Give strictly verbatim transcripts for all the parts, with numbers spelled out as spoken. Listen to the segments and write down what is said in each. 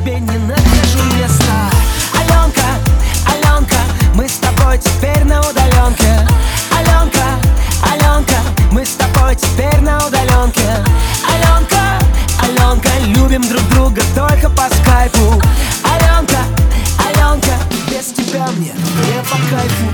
себе не нахожу места. Аленка, Аленка, мы с тобой теперь на удаленке. Аленка, Аленка, мы с тобой теперь на удаленке. Аленка, Аленка, любим друг друга только по скайпу. Аленка, Аленка, без тебя мне не по кайфу.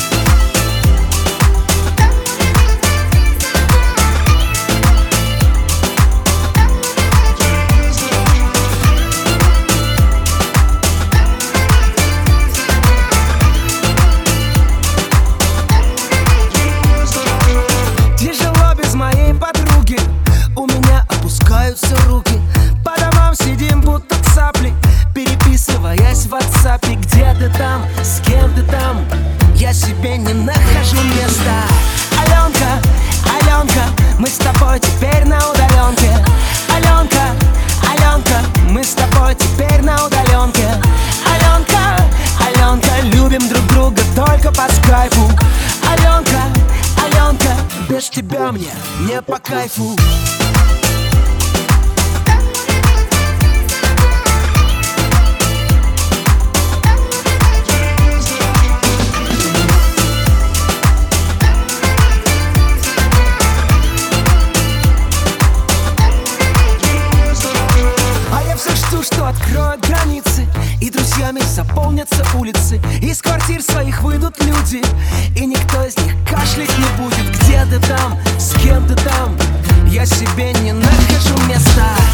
Руки по домам сидим, будто цапли, переписываясь в ватсапе. Где ты там, с кем ты там? Я себе не нахожу места. Аленка, Аленка, мы с тобой теперь на удаленке. Аленка, Аленка, мы с тобой теперь на удаленке. Аленка, Аленка, любим друг друга только по скайпу. Аленка, Аленка, без тебя мне не по кайфу. Что откроют границы, и друзьями заполнятся улицы. Из квартир своих выйдут люди, и никто из них кашлять не будет. Где ты там, с кем ты там? Я себе не нахожу места.